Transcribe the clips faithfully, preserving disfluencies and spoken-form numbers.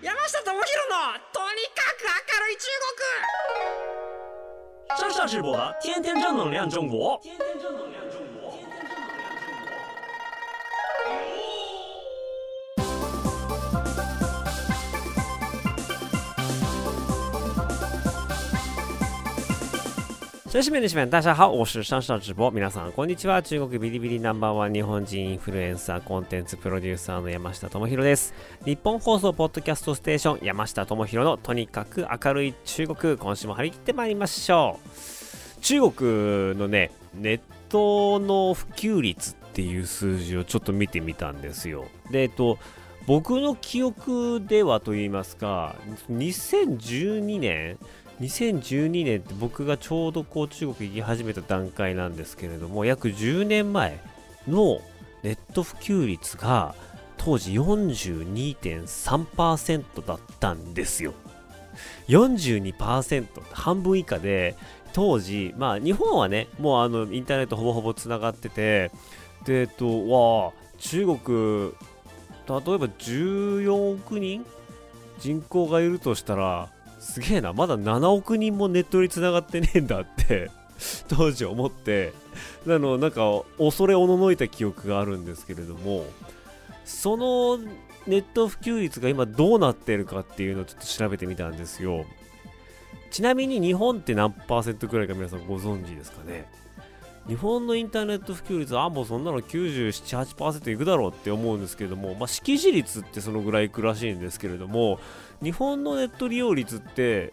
山下智博のとにかく明るい中国。上上直播的天天正能量中国。天天正能量中国。 真是面的士们，大家好，我是上上直播。皆さんこんにちは。中国ビリビリナンバーワン日本人インフルエンサーコンテンツプロデューサーの山下智博です。日本放送ポッドキャストステーション山下智博のとにかく明るい中国、今週も張り切ってまいりましょう。中国のね、ネットの普及率っていう数字をちょっと見てみたんですよ。で、えっと僕の記憶ではと言いますか、にせんじゅうにねんにせんじゅうにねんって僕がちょうどこう中国行き始めた段階なんですけれども、約じゅうねんまえのネット普及率が当時 よんじゅうにてんさんパーセント だったんですよ。よんじゅうにパーセント 半分以下で、当時まあ日本はねもうあのインターネットほぼほぼつながってて、でえっとわあ中国例えばじゅうよんおくにん人口がいるとしたらすげえな、まだななおくにんもネットに繋がってねえんだって当時思って、あのなんか恐れおののいた記憶があるんですけれども、そのネット普及率が今どうなってるかっていうのをちょっと調べてみたんですよ。ちなみに日本って何パーセントくらいか皆さんご存知ですかね。日本のインターネット普及率はもうそんなの きゅうじゅうなな、はちパーセント いくだろうって思うんですけれども、まあ、識字率ってそのぐらいいくらしいんですけれども、日本のネット利用率って、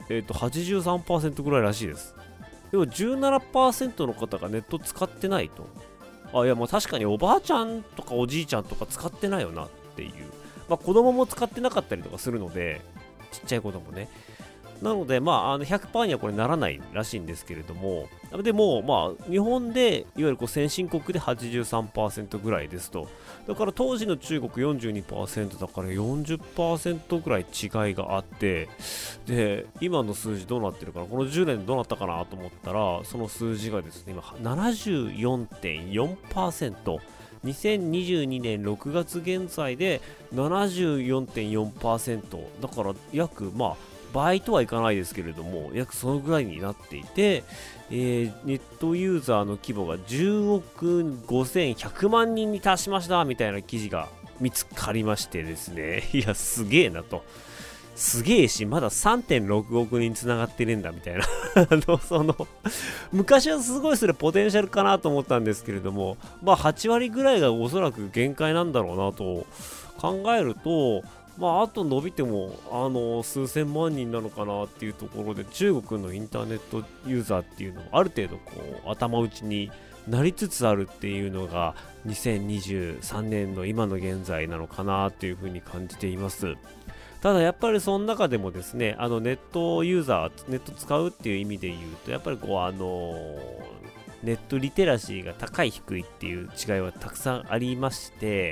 えー、と はちじゅうさんパーセント ぐらいらしいです。でも じゅうななパーセント の方がネット使ってないと。あ、いや、まあ確かにおばあちゃんとかおじいちゃんとか使ってないよなっていう。まあ子供も使ってなかったりとかするので、ちっちゃい子供ね。なので、まあ、あの ひゃくパーセント にはこれならないらしいんですけれども、でも、まあ、日本で、いわゆるこう先進国で はちじゅうさんパーセント ぐらいですと。だから当時の中国 よんじゅうにパーセント だからよんじゅっパーセント ぐらい違いがあって、で、今の数字どうなってるかな、このじゅうねんでどうなったかなと思ったら、その数字がですね、今 ななじゅうよんてんよんパーセント。にせんにじゅうにねんろくがつ現在で ななじゅうよんてんよんパーセント。だから約、まあ、倍とはいかないですけれども、約そのぐらいになっていて、えー、ネットユーザーの規模がじゅうおくごせんひゃくまんにんに達しましたみたいな記事が見つかりましてですね、いやすげえなと、すげえしまだ さんてんろくおくにんつながってねえんだみたいなあのその昔はすごいそれポテンシャルかなと思ったんですけれども、まあはちわりぐらいがおそらく限界なんだろうなと考えると、まあ、あと伸びてもあの数千万人なのかなっていうところで、中国のインターネットユーザーっていうのもある程度こう頭打ちになりつつあるっていうのがにせんにじゅうさんねんの今の現在なのかなっていうふうに感じています。ただやっぱりその中でもですね、あのネットユーザーネット使うっていう意味で言うと、やっぱりこうあのネットリテラシーが高い低いっていう違いはたくさんありまして、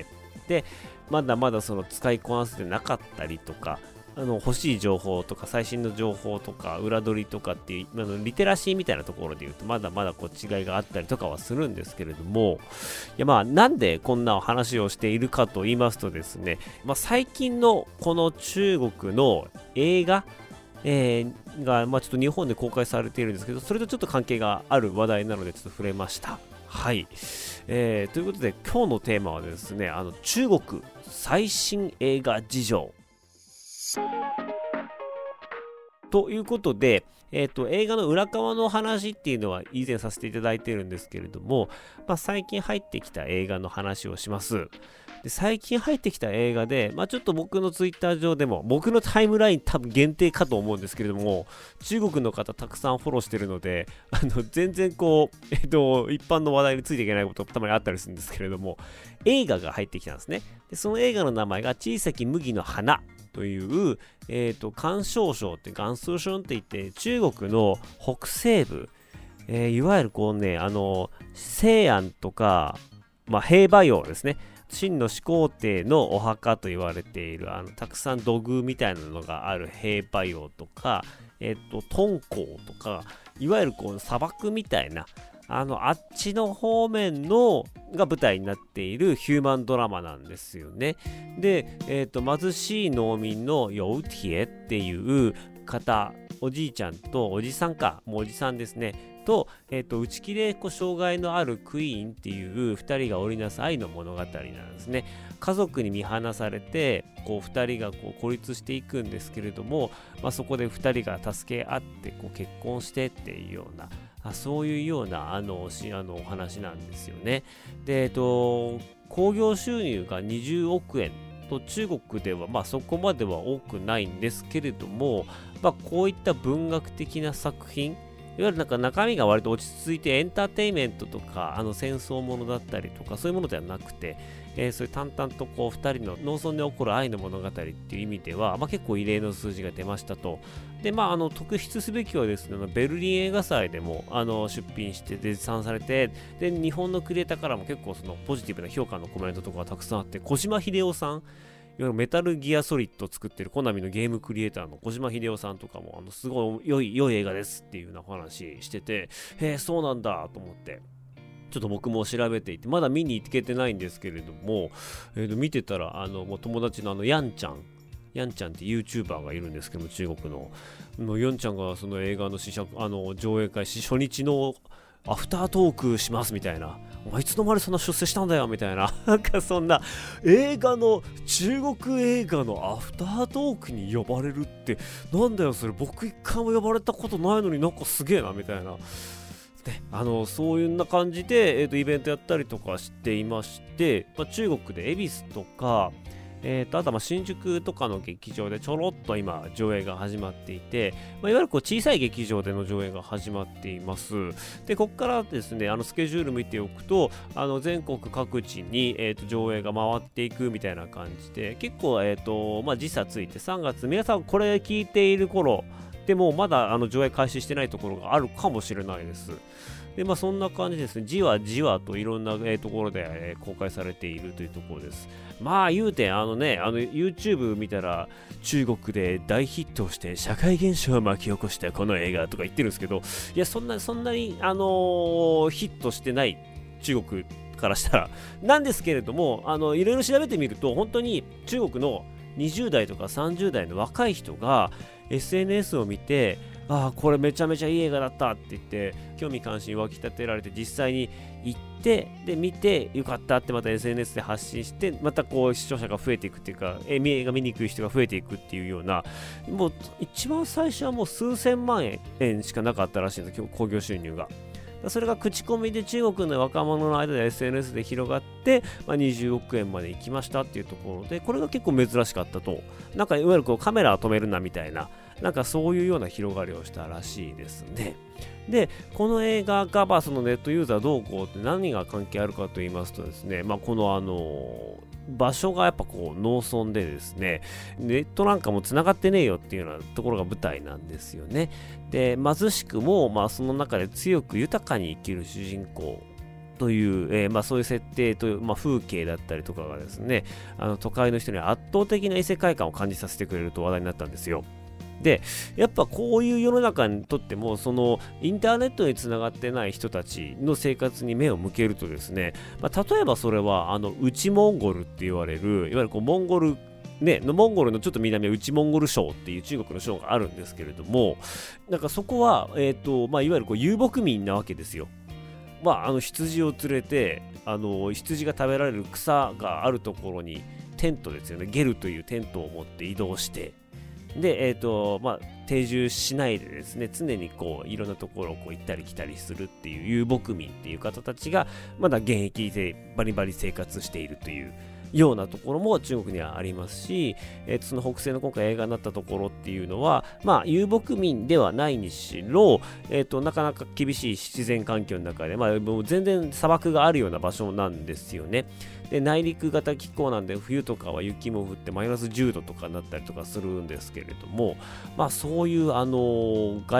でまだまだその使いこなせてなかったりとか、あの欲しい情報とか最新の情報とか裏取りとかっていうあのリテラシーみたいなところで言うとまだまだこう違いがあったりとかはするんですけれども、いやまあなんでこんな話をしているかと言いますとですね、まあ、最近のこの中国の映画えー、が、まあ、ちょっと日本で公開されているんですけど、それとちょっと関係がある話題なのでちょっと触れました。はい、えー、ということで今日のテーマはですね、あの中国最新映画事情ということで、えーと、映画の裏側の話っていうのは以前させていただいているんですけれども、まあ、最近入ってきた映画の話をします。で最近入ってきた映画で、まあ、ちょっと僕のツイッター上でも僕のタイムライン多分限定かと思うんですけれども、中国の方たくさんフォローしてるので、あの全然こう、えっと、一般の話題についていけないことたまにあったりするんですけれども、映画が入ってきたんですね。でその映画の名前が小さき麦の花という、えーと、甘粛省って甘肃省って言って中国の北西部、えー、いわゆるこうね、あの西安とか、まあ、兵馬俑ですね、秦の始皇帝のお墓と言われているあのたくさん土偶みたいなのがある兵馬俑とか、えっと敦煌とか、いわゆるこう砂漠みたいなあのあっちの方面のが舞台になっているヒューマンドラマなんですよね。で、えーと、貧しい農民のヨウティエっていう方、おじいちゃんとおじさんか、もうおじさんですねと、えーと、内気でこう障害のあるクイーンっていうふたりが織りなす愛の物語なんですね。家族に見放されてこうふたりがこう孤立していくんですけれども、まあ、そこでふたりが助け合ってこう結婚してっていうような、あそういうようなあのしあのお話なんですよね。で、えっと興行収入がにじゅうおくえんと中国ではまあそこまでは多くないんですけれども、まあ、こういった文学的な作品、いわゆるなんか中身が割と落ち着いてエンターテインメントとかあの戦争ものだったりとかそういうものではなくて、えー、そういう淡々とこうふたりの農村で起こる愛の物語っていう意味では、まあ、結構異例の数字が出ましたと。でまああの特筆すべきはですね、ベルリン映画祭でもあの出品して絶賛されて、で日本のクリエイターからも結構そのポジティブな評価のコメントとかがたくさんあって、小島秀夫さん、いわゆるメタルギアソリッドを作ってるコナミのゲームクリエイターの小島秀夫さんとかもあのすごい良い良い映画ですっていうようなお話してて、へえそうなんだと思ってちょっと僕も調べていて、まだ見に行けてないんですけれども、えー、と見てたらあのもう友達のあのヤンちゃんヤンちゃんって YouTuber がいるんですけども、中国のもうヤンちゃんがその映画の試写あの上映会初日のアフタートークしますみたいな、お前いつの間にそんな出世したんだよみたいな、なんかそんな映画の中国映画のアフタートークに呼ばれるってなんだよそれ、僕一回も呼ばれたことないのになんかすげえなみたいな、ね、あのそういうな感じで、えーと、イベントやったりとかしていまして、まあ、中国で恵比寿とかえー、とあとはまあ新宿とかの劇場でちょろっと今上映が始まっていて、まあ、いわゆるこう小さい劇場での上映が始まっています。でここからですねあのスケジュール見ておくとあの全国各地に、えー、と上映が回っていくみたいな感じで結構、えーとまあ、時差ついてさんがつ、皆さんこれ聞いている頃でもまだあの上映開始してないところがあるかもしれないです。でまあそんな感じですね、じわじわといろんな、えー、ところで、えー、公開されているというところです。まあ言うてあのねあの YouTube 見たら中国で大ヒットして社会現象を巻き起こしたこの映画とか言ってるんですけど、いやそんなそんなにあのー、ヒットしてない中国からしたらなんですけれども、あのいろいろ調べてみると本当に中国のにじゅう代とかさんじゅう代の若い人が エスエヌエス を見て、ああこれめちゃめちゃいい映画だったって言って興味関心湧き立てられて実際に行ってで見てよかったってまた エスエヌエス で発信してまたこう視聴者が増えていくっていうか映画見に行く人が増えていくっていうような、もう一番最初はもう数千万円しかなかったらしいんですよ興行収入が。それが口コミで中国の若者の間で エスエヌエス で広がって、まあ、にじゅうおくえんまで行きましたっていうところで、これが結構珍しかったと。なんかいわゆるこうカメラを止めるなみたいな、なんかそういうような広がりをしたらしいですね。でこの映画がまあそのネットユーザーどうこうって何が関係あるかと言いますとですね、まあ、このあの場所がやっぱこう農村でですね、ネットなんかもつながってねえよっていうようなところが舞台なんですよね。で貧しくもまあその中で強く豊かに生きる主人公という、えーまあ、そういう設定という、まあ、風景だったりとかがですね、あの都会の人に圧倒的な異世界観を感じさせてくれると話題になったんですよ。でやっぱこういう世の中にとってもそのインターネットにつながってない人たちの生活に目を向けるとですね、まあ、例えばそれはあの内モンゴルって言われるいわゆるこうモンゴルね、モンゴルのちょっと南は内モンゴル省っていう中国の省があるんですけれども、なんかそこは、えーとまあ、いわゆるこう遊牧民なわけですよ。まあ、あの羊を連れてあの羊が食べられる草があるところにテントですよね、ゲルというテントを持って移動してで、えーとまあ、定住しないでですね常にこういろんなところをこう行ったり来たりするっていう遊牧民っていう方たちがまだ現役でバリバリ生活しているというようなところも中国にはありますし、えー、とその北西の今回映画になったところっていうのは、まあ、遊牧民ではないにしろ、えー、となかなか厳しい自然環境の中で、まあ、もう全然砂漠があるような場所なんですよね。で内陸型気候なんで冬とかは雪も降ってマイナスじゅうどとかになったりとかするんですけれども、まあそういうあのー、外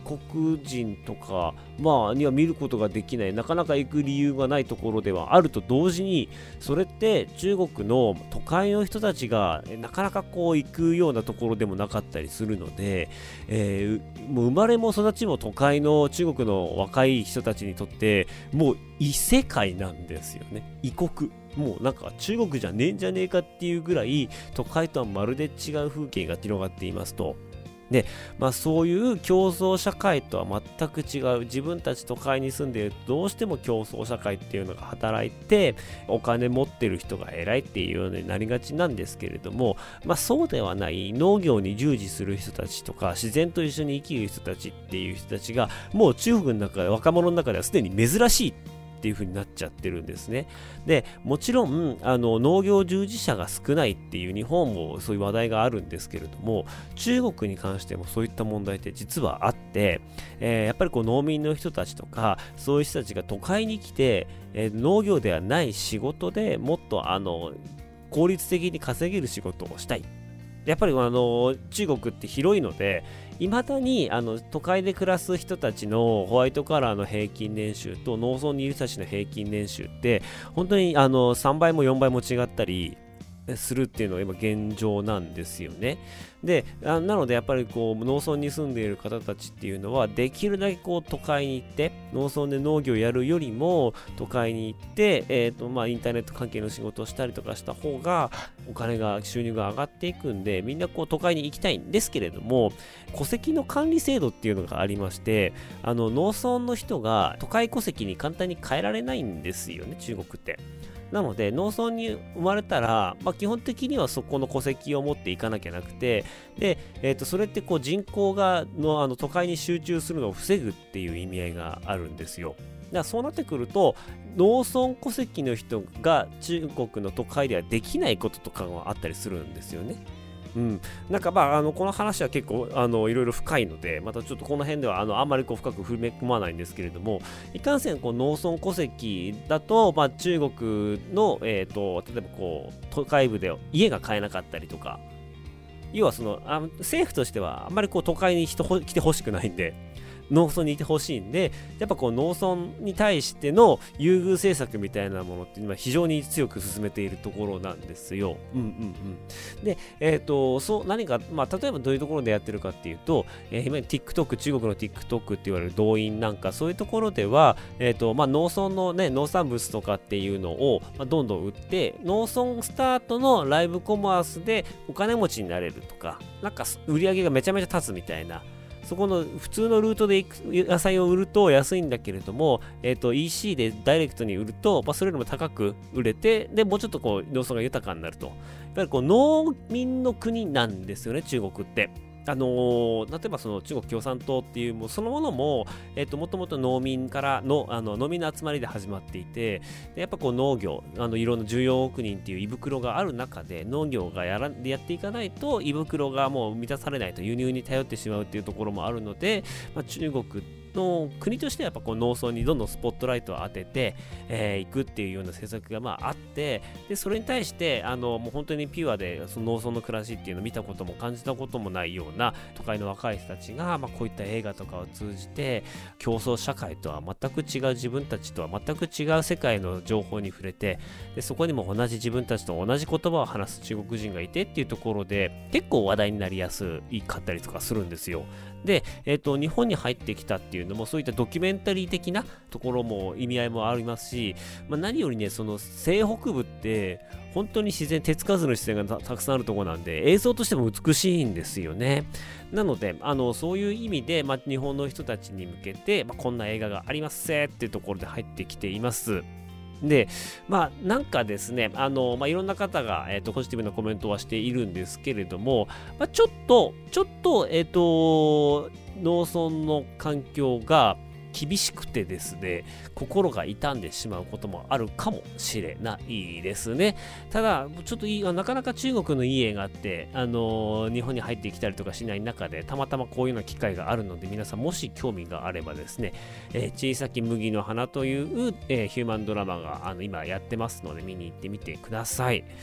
国人とか、まあ、には見ることができない、なかなか行く理由がないところではあると同時に、それって中国の都会の人たちがなかなかこう行くようなところでもなかったりするので、えー、もう生まれも育ちも都会の中国の若い人たちにとってもう異世界なんですよね。異国、もうなんか中国じゃねえんじゃねえかっていうぐらい都会とはまるで違う風景が広がっていますと。で、まあそういう競争社会とは全く違う、自分たち都会に住んでいるとどうしても競争社会っていうのが働いて、お金持ってる人が偉いっていうようになりがちなんですけれども、まあそうではない農業に従事する人たちとか自然と一緒に生きる人たちっていう人たちがもう中国の中で、若者の中ではすでに珍しいっていう風になっちゃってるんですね。で、もちろんあの農業従事者が少ないっていう日本もそういう話題があるんですけれども、中国に関してもそういった問題って実はあって、えー、やっぱりこう農民の人たちとかそういう人たちが都会に来て、えー、農業ではない仕事でもっとあの効率的に稼げる仕事をしたい。やっぱりあの中国って広いので、いまだにあの都会で暮らす人たちのホワイトカラーの平均年収と農村にいる人たちの平均年収って本当にあのさんばいもよんばいも違ったりするっていうのが今現状なんですよね。で、なのでやっぱりこう農村に住んでいる方たちっていうのはできるだけこう都会に行って農村で農業をやるよりも都会に行って、えーとまあ、インターネット関係の仕事をしたりとかした方がお金が収入が上がっていくんで、みんなこう都会に行きたいんですけれども、戸籍の管理制度っていうのがありまして、あの農村の人が都会戸籍に簡単に変えられないんですよね、中国って。なので農村に生まれたら、まあ、基本的にはそこの戸籍を持っていかなきゃなくて、で、えーと、それってこう人口がのあの都会に集中するのを防ぐっていう意味合いがあるんですよ。だからそうなってくると農村戸籍の人が中国の都会ではできないこととかがあったりするんですよね。うん、なんかまああのこの話は結構あのいろいろ深いので、またちょっとこの辺ではあのあんまりこう深く踏み込まないんですけれども、いかんせんこう農村戸籍だと、まあ、中国の、えー、と例えばこう都会部で家が買えなかったりとか、要はそのあ政府としてはあんまりこう都会に人来てほしくないんで、農村にいてほしいんで、やっぱこう農村に対しての優遇政策みたいなものって今非常に強く進めているところなんですよ。うんうんうん。で、えっと、そう、何か、まあ、例えばどういうところでやってるかっていうと、えー、今 TikTok、中国の TikTok って言われる動員なんか、そういうところでは、えっと、まあ、農村のね、農産物とかっていうのを、まあ、どんどん売って、農村スタートのライブコマースでお金持ちになれるとか、なんか売り上げがめちゃめちゃ立つみたいな、そこの普通のルートで行く野菜を売ると安いんだけれども、えっと イーシー でダイレクトに売ると、まあ、それよりも高く売れて、でもうちょっとこう農村が豊かになると。やっぱりこう農民の国なんですよね、中国って。あのー、例えばその中国共産党っていうもうそのものも、えっと、もともと農民からの、あの農民の集まりで始まっていて、でやっぱこう農業、あのいろんなじゅうよんおくにんっていう胃袋がある中で農業がやらやっていかないと胃袋がもう満たされないと、輸入に頼ってしまうっていうところもあるので、まあ、中国の国としてはやっぱこう農村にどんどんスポットライトを当ててい、えー、くっていうような政策がまああって、でそれに対してあのもう本当にピュアでその農村の暮らしっていうのを見たことも感じたこともないような都会の若い人たちが、まあ、こういった映画とかを通じて競争社会とは全く違う、自分たちとは全く違う世界の情報に触れて、でそこにも同じ自分たちと同じ言葉を話す中国人がいてっていうところで結構話題になりやすいかったりとかするんですよ。で、えーと、日本に入ってきたっていうのもそういったドキュメンタリー的なところも意味合いもありますし、まあ、何よりね、その西北部って本当に自然、手つかずの自然が た, たくさんあるところなんで映像としても美しいんですよね。なのであのそういう意味で、まあ、日本の人たちに向けて、まあ、こんな映画がありますせっていうところで入ってきています。で、まあなんかですね、あの、まあいろんな方が、えっと、ポジティブなコメントはしているんですけれども、まあちょっと、ちょっと、えっと、農村の環境が厳しくてですね、心が傷んでしまうこともあるかもしれないですね。ただ、ちょっといい、なかなか中国のいい映画って、あのー、日本に入ってきたりとかしない中で、たまたまこういうような機会があるので、皆さんもし興味があればですね、えー、小さき麦の花という、えー、ヒューマンドラマがあの今やってますので、見に行ってみてください。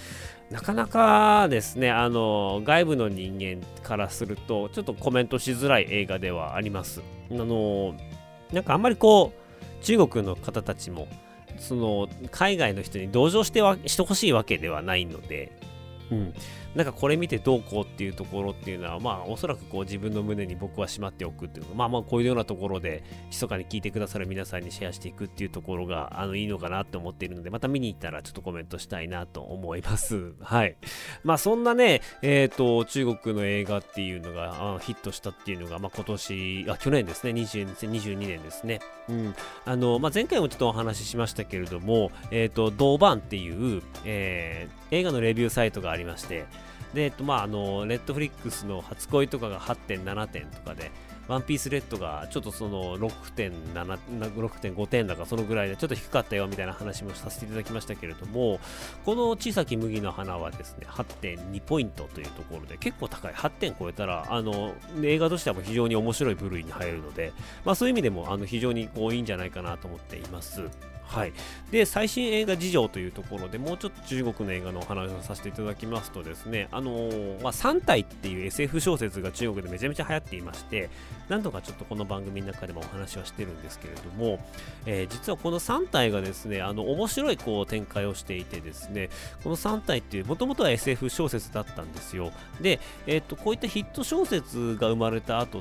なかなかですね、あの外部の人間からするとちょっとコメントしづらい映画ではあります。あのなんかあんまりこう中国の方たちもその海外の人に同情してはしてほしいわけではないので、うん、なんかこれ見てどうこうっていうところっていうのは、まあおそらくこう自分の胸に僕はしまっておくっていうのが、まあまあこういうようなところで密かに聞いてくださる皆さんにシェアしていくっていうところがあのいいのかなって思っているので、また見に行ったらちょっとコメントしたいなと思います。はい。まあそんなね、えっと中国の映画っていうのがヒットしたっていうのが、まあ今年、あ去年ですね、にじゅうにじゅうにねんですね。うん。あのまあ前回もちょっとお話ししましたけれども、えっと豆瓣っていう、えー映画のレビューサイトがありまして、で、えっと、まあ、あの、ネットフリックスの初恋とかがはってんななてんとかで、ワンピースレッドがちょっとその ろくてんなな、ろくてんごてんだかそのぐらいでちょっと低かったよみたいな話もさせていただきましたけれども、この小さき麦の花はですね、はってんにポイントというところで結構高い。はってん超えたら、あの、映画としてはもう非常に面白い部類に入るので、まあそういう意味でもあの非常にこういいんじゃないかなと思っています。はい。で、最新映画事情というところでもうちょっと中国の映画のお話をさせていただきますとですね、あのー、まあ、さん体っていう エスエフ 小説が中国でめちゃめちゃ流行っていまして、何度かちょっとこの番組の中でもお話はしてるんですけれども、えー、実はこのさん体がですね、あの、面白いこう展開をしていてですね、このさん体っていう、もともとは エスエフ 小説だったんですよ。で、えっと、こういったヒット小説が生まれた後って、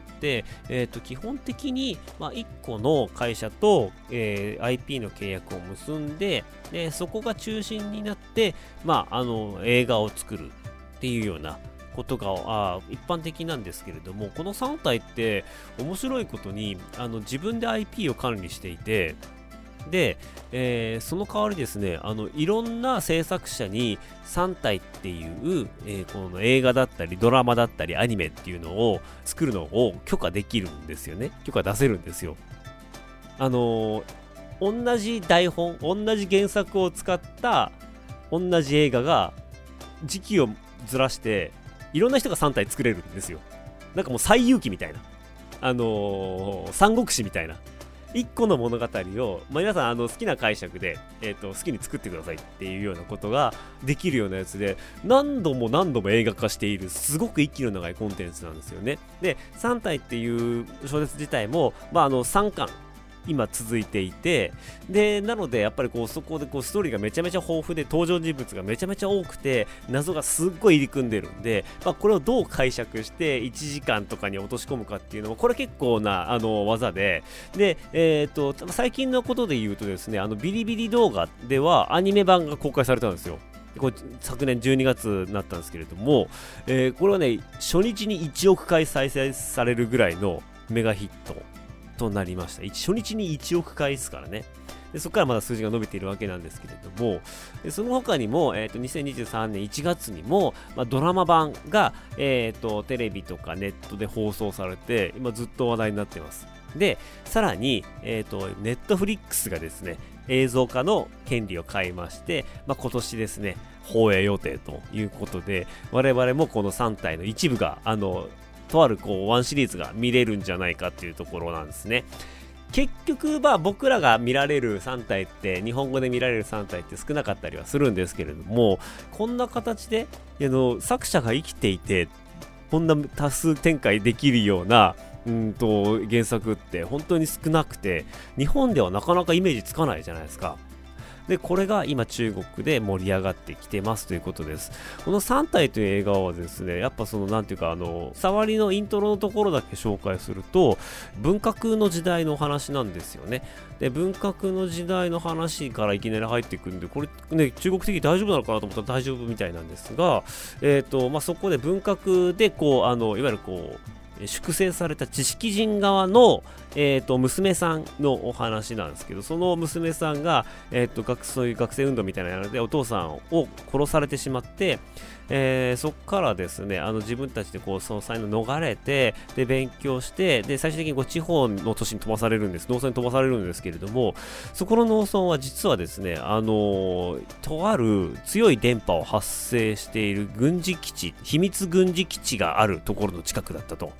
えっと、基本的に、まあ、いっこの会社と、えー、アイピー の契約を結んで、でそこが中心になって、まあ、あの映画を作るっていうようなことがあ一般的なんですけれども、このさん体って面白いことにあの自分で アイピー を管理していて、で、えー、その代わりですね、あのいろんな制作者にさん体っていう、えー、この映画だったりドラマだったりアニメっていうのを作るのを許可できるんですよね。許可出せるんですよ。あのー同じ台本、同じ原作を使った同じ映画が時期をずらしていろんな人がさん体作れるんですよ。なんかもう西遊記みたいな、あのー、三国志みたいないっこの物語を、まあ、皆さんあの好きな解釈で、えーと、好きに作ってくださいっていうようなことができるようなやつで、何度も何度も映画化しているすごく息の長いコンテンツなんですよね。で、さん体っていう小説自体も、まあ、あのさんかん今続いていて、でなのでやっぱりこうそこでこうストーリーがめちゃめちゃ豊富で登場人物がめちゃめちゃ多くて謎がすっごい入り組んでるんで、まあ、これをどう解釈していちじかんとかに落とし込むかっていうのもこれ結構なあの技で、で、えー、と最近のことで言うとですね、あのビリビリ動画ではアニメ版が公開されたんですよ。これ昨年じゅうにがつになったんですけれども、えー、これはね初日にいちおくかい再生されるぐらいのメガヒットとなりました。初日にいちおくかいですからね。でそこからまだ数字が伸びているわけなんですけれども、でその他にも、えー、とにせんにじゅうさんねんいちがつにも、まあ、ドラマ版が、えー、とテレビとかネットで放送されて今ずっと話題になっています。でさらに、えー、とネットフリックスがですね映像化の権利を買いまして、まあ、今年ですね放映予定ということで、我々もこのさん体の一部があのとあるこうワンシリーズが見れるんじゃないかっていうところなんですね。結局まあ僕らが見られるさん体って日本語で見られるさん体って少なかったりはするんですけれども、こんな形であの作者が生きていてこんな多数展開できるようなうんと原作って本当に少なくて、日本ではなかなかイメージつかないじゃないですか。でこれが今中国で盛り上がってきてますということです。このさん体という映画はですね、やっぱそのなんていうかあの触りのイントロのところだけ紹介すると文革の時代の話なんですよね。で文革の時代の話からいきなり入っていくんで、これね中国的に大丈夫なのかなと思ったら大丈夫みたいなんですが、えっとまあそこで文革でこうあのいわゆるこう粛清された知識人側の、えー、と娘さんのお話なんですけど、その娘さんが、えー、と学そういう学生運動みたいなのでお父さんを殺されてしまって、えー、そこからですねあの自分たちでこうその才能を逃れてで勉強してで最終的にこう地方の都市に飛ばされるんです。農村に飛ばされるんですけれども、そこの農村は実はですねあのー、とある強い電波を発生している軍事基地秘密軍事基地があるところの近くだったと。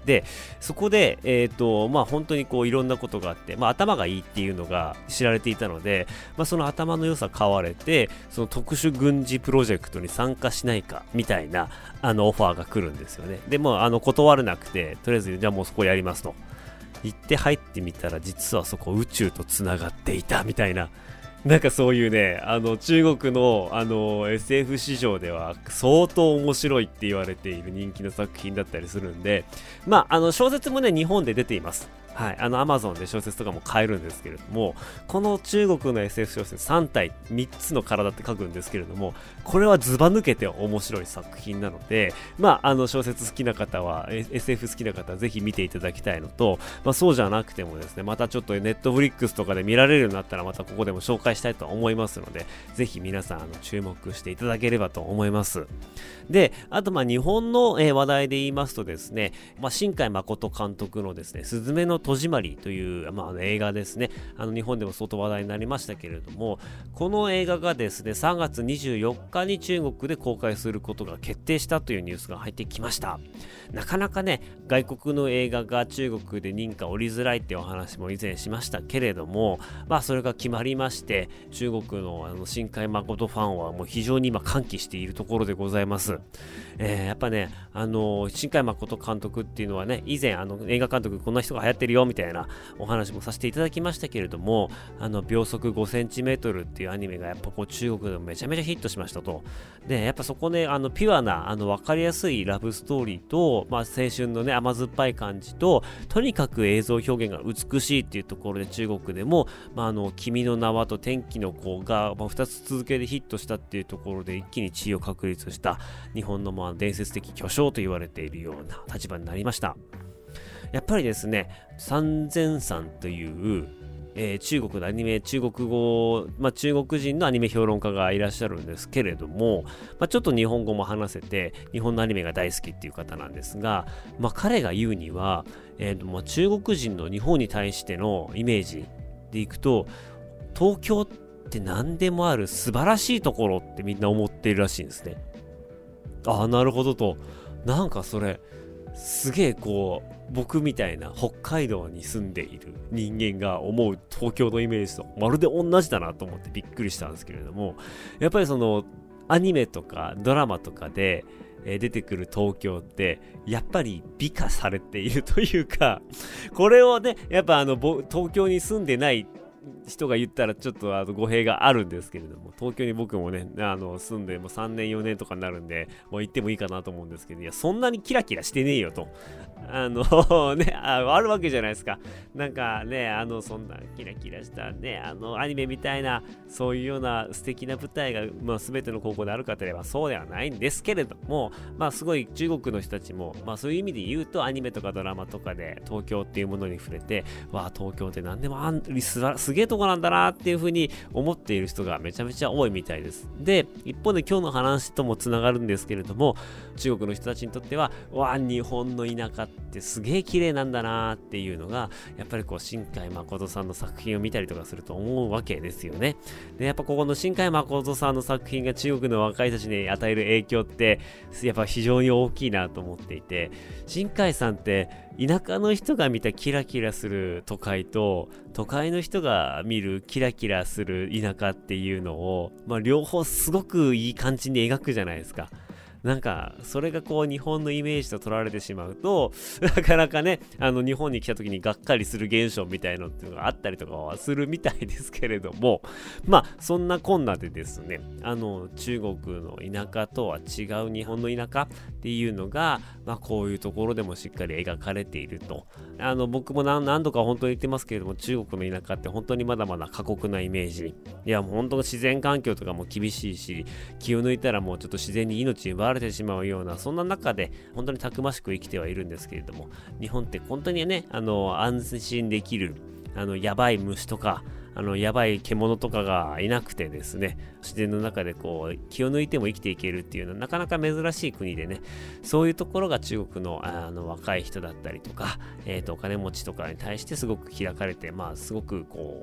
でそこで、えーとまあ、本当にこういろんなことがあって、まあ、頭がいいっていうのが知られていたので、まあ、その頭の良さ買われてその特殊軍事プロジェクトに参加しないかみたいなあのオファーが来るんですよね。でもあの断れなくて、とりあえずじゃあもうそこやりますと言って入ってみたら、実はそこ宇宙とつながっていたみたいな、なんかそういうね、あの中国のあの エスエフ 市場では相当面白いって言われている人気の作品だったりするんで、まああの小説もね日本で出ています。はい、あの Amazon で小説とかも買えるんですけれども、この中国の エスエフ 小説さん体みっつの体って書くんですけれども、これはズバ抜けて面白い作品なので、まああの小説好きな方は エスエフ 好きな方はぜひ見ていただきたいのと、まあ、そうじゃなくてもですね、またちょっと Netflix とかで見られるようになったらまたここでも紹介したいと思いますので、ぜひ皆さんあの注目していただければと思います。で、あとまあ日本の、えー、話題で言いますとですね、まあ、新海誠監督のですね、すずめの戸締まりという、まあ、あの映画ですね。あの日本でも相当話題になりましたけれども、この映画がですねさんがつにじゅうよっかに中国で公開することが決定したというニュースが入ってきました。なかなかね外国の映画が中国で認可降りづらいっていうお話も以前しましたけれども、まあそれが決まりまして、中国のあの新海誠ファンはもう非常に今歓喜しているところでございます。えー、やっぱねあの新海誠監督っていうのはね、以前あの映画監督こんな人が流行ってるよみたいなお話もさせていただきましたけれども、あの秒速ごセンチメートルっていうアニメがやっぱこう中国でもめちゃめちゃヒットしましたと。でやっぱそこねあのピュアなあの分かりやすいラブストーリーと、まあ、青春のね甘酸っぱい感じと、とにかく映像表現が美しいっていうところで中国でも、まあ、あの君の名はと天気の子が、まあ、ふたつ続けてヒットしたっていうところで一気に地位を確立した日本のまあ伝説的巨匠と言われているような立場になりました。やっぱりですね三千さんというえー、中国のアニメ、中国語、まあ、中国人のアニメ評論家がいらっしゃるんですけれども、まあ、ちょっと日本語も話せて日本のアニメが大好きっていう方なんですが、まあ、彼が言うには、えーとまあ、中国人の日本に対してのイメージでいくと、東京って何でもある素晴らしいところってみんな思っているらしいんですね。ああなるほどと、なんかそれすげえこう僕みたいな北海道に住んでいる人間が思う東京のイメージとまるで同じだなと思ってびっくりしたんですけれども、やっぱりそのアニメとかドラマとかで出てくる東京ってやっぱり美化されているというか、これをねやっぱあの東京に住んでない人が言ったらちょっとあの語弊があるんですけれども、東京に僕もねあの住んでもうさんねんよねんとかになるんで、もう行ってもいいかなと思うんですけど、いやそんなにキラキラしてねえよとあのね あ, あるわけじゃないですか。なんかねあのそんなキラキラしたねあのアニメみたいなそういうような素敵な舞台が、まあ、全ての高校であるかといえばそうではないんですけれども、まあすごい中国の人たちも、まあ、そういう意味で言うとアニメとかドラマとかで東京っていうものに触れて、わあ東京って何でもあんすすげえとこなんだなっていう風に思っている人がめちゃめちゃ多いみたいです。で一方で今日の話ともつながるんですけれども、中国の人たちにとってはわあ日本の田舎ってすげえ綺麗なんだなっていうのがやっぱりこう新海誠さんの作品を見たりとかすると思うわけですよね。でやっぱここの新海誠さんの作品が中国の若い人たちに与える影響ってやっぱ非常に大きいなと思っていて、新海さんって田舎の人が見たキラキラする都会と都会の人が見るキラキラする田舎っていうのを、まあ、両方すごくいい感じに描くじゃないですか。なんかそれがこう日本のイメージと取られてしまうとなかなかねあの日本に来た時にがっかりする現象みたいのっていうのがあったりとかはするみたいですけれども、まあそんなこんなでですねあの中国の田舎とは違う日本の田舎っていうのが、まあ、こういうところでもしっかり描かれていると。あの僕も 何, 何度か本当に言ってますけれども、中国の田舎って本当にまだまだ過酷なイメージ、いやもう本当自然環境とかも厳しいし、気を抜いたらもうちょっと自然に命奪われてしまうようなそんな中で本当にたくましく生きてはいるんですけれども、日本って本当にねあの安心できるあのやばい虫とかあのやばい獣とかがいなくてですね、自然の中でこう気を抜いても生きていけるっていうのはなかなか珍しい国でね、そういうところが中国のあの若い人だったりとか、えーとお金持ちとかに対してすごく開かれて、まあすごくこう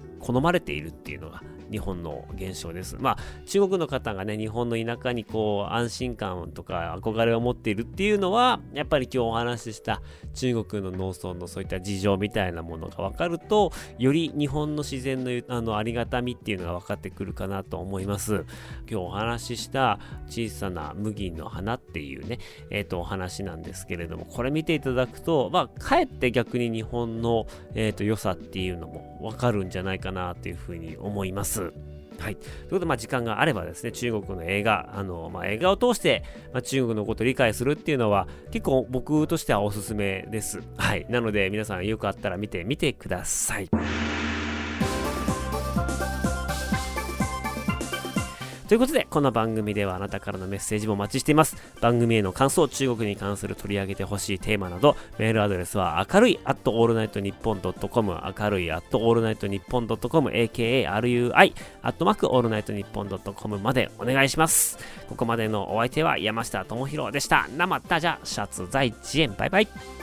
好まれているっていうのが日本の現象です。まあ中国の方がね日本の田舎にこう安心感とか憧れを持っているっていうのはやっぱり今日お話しした中国の農村のそういった事情みたいなものが分かるとより日本の自然のあのありがたみっていうのが分かってくるかなと思います。今日お話しした小さな麦の花っていうねえっとお話なんですけれども、これ見ていただくとまあかえって逆に日本のえっと良さっていうのも分かるんじゃないかなというふうに思います。はい。ということで、まあ、時間があればですね、中国の映画、あの、まあ、映画を通して、まあ、中国のことを理解するっていうのは、結構僕としてはおすすめです。はい。なので、皆さんよくあったら見てみてください。ということで、この番組ではあなたからのメッセージもお待ちしています。番組への感想、中国に関する取り上げてほしいテーマなど、メールアドレスは明るい アットオールナイトニッポンドットコム、明るい アットオールナイトニッポンドットコム、エーケーエーアールユーアイ アットマークオールナイトニッポンドットコムまでお願いします。ここまでのお相手は山下智博でした。なまったじゃ、シャツ在地園、バイバイ。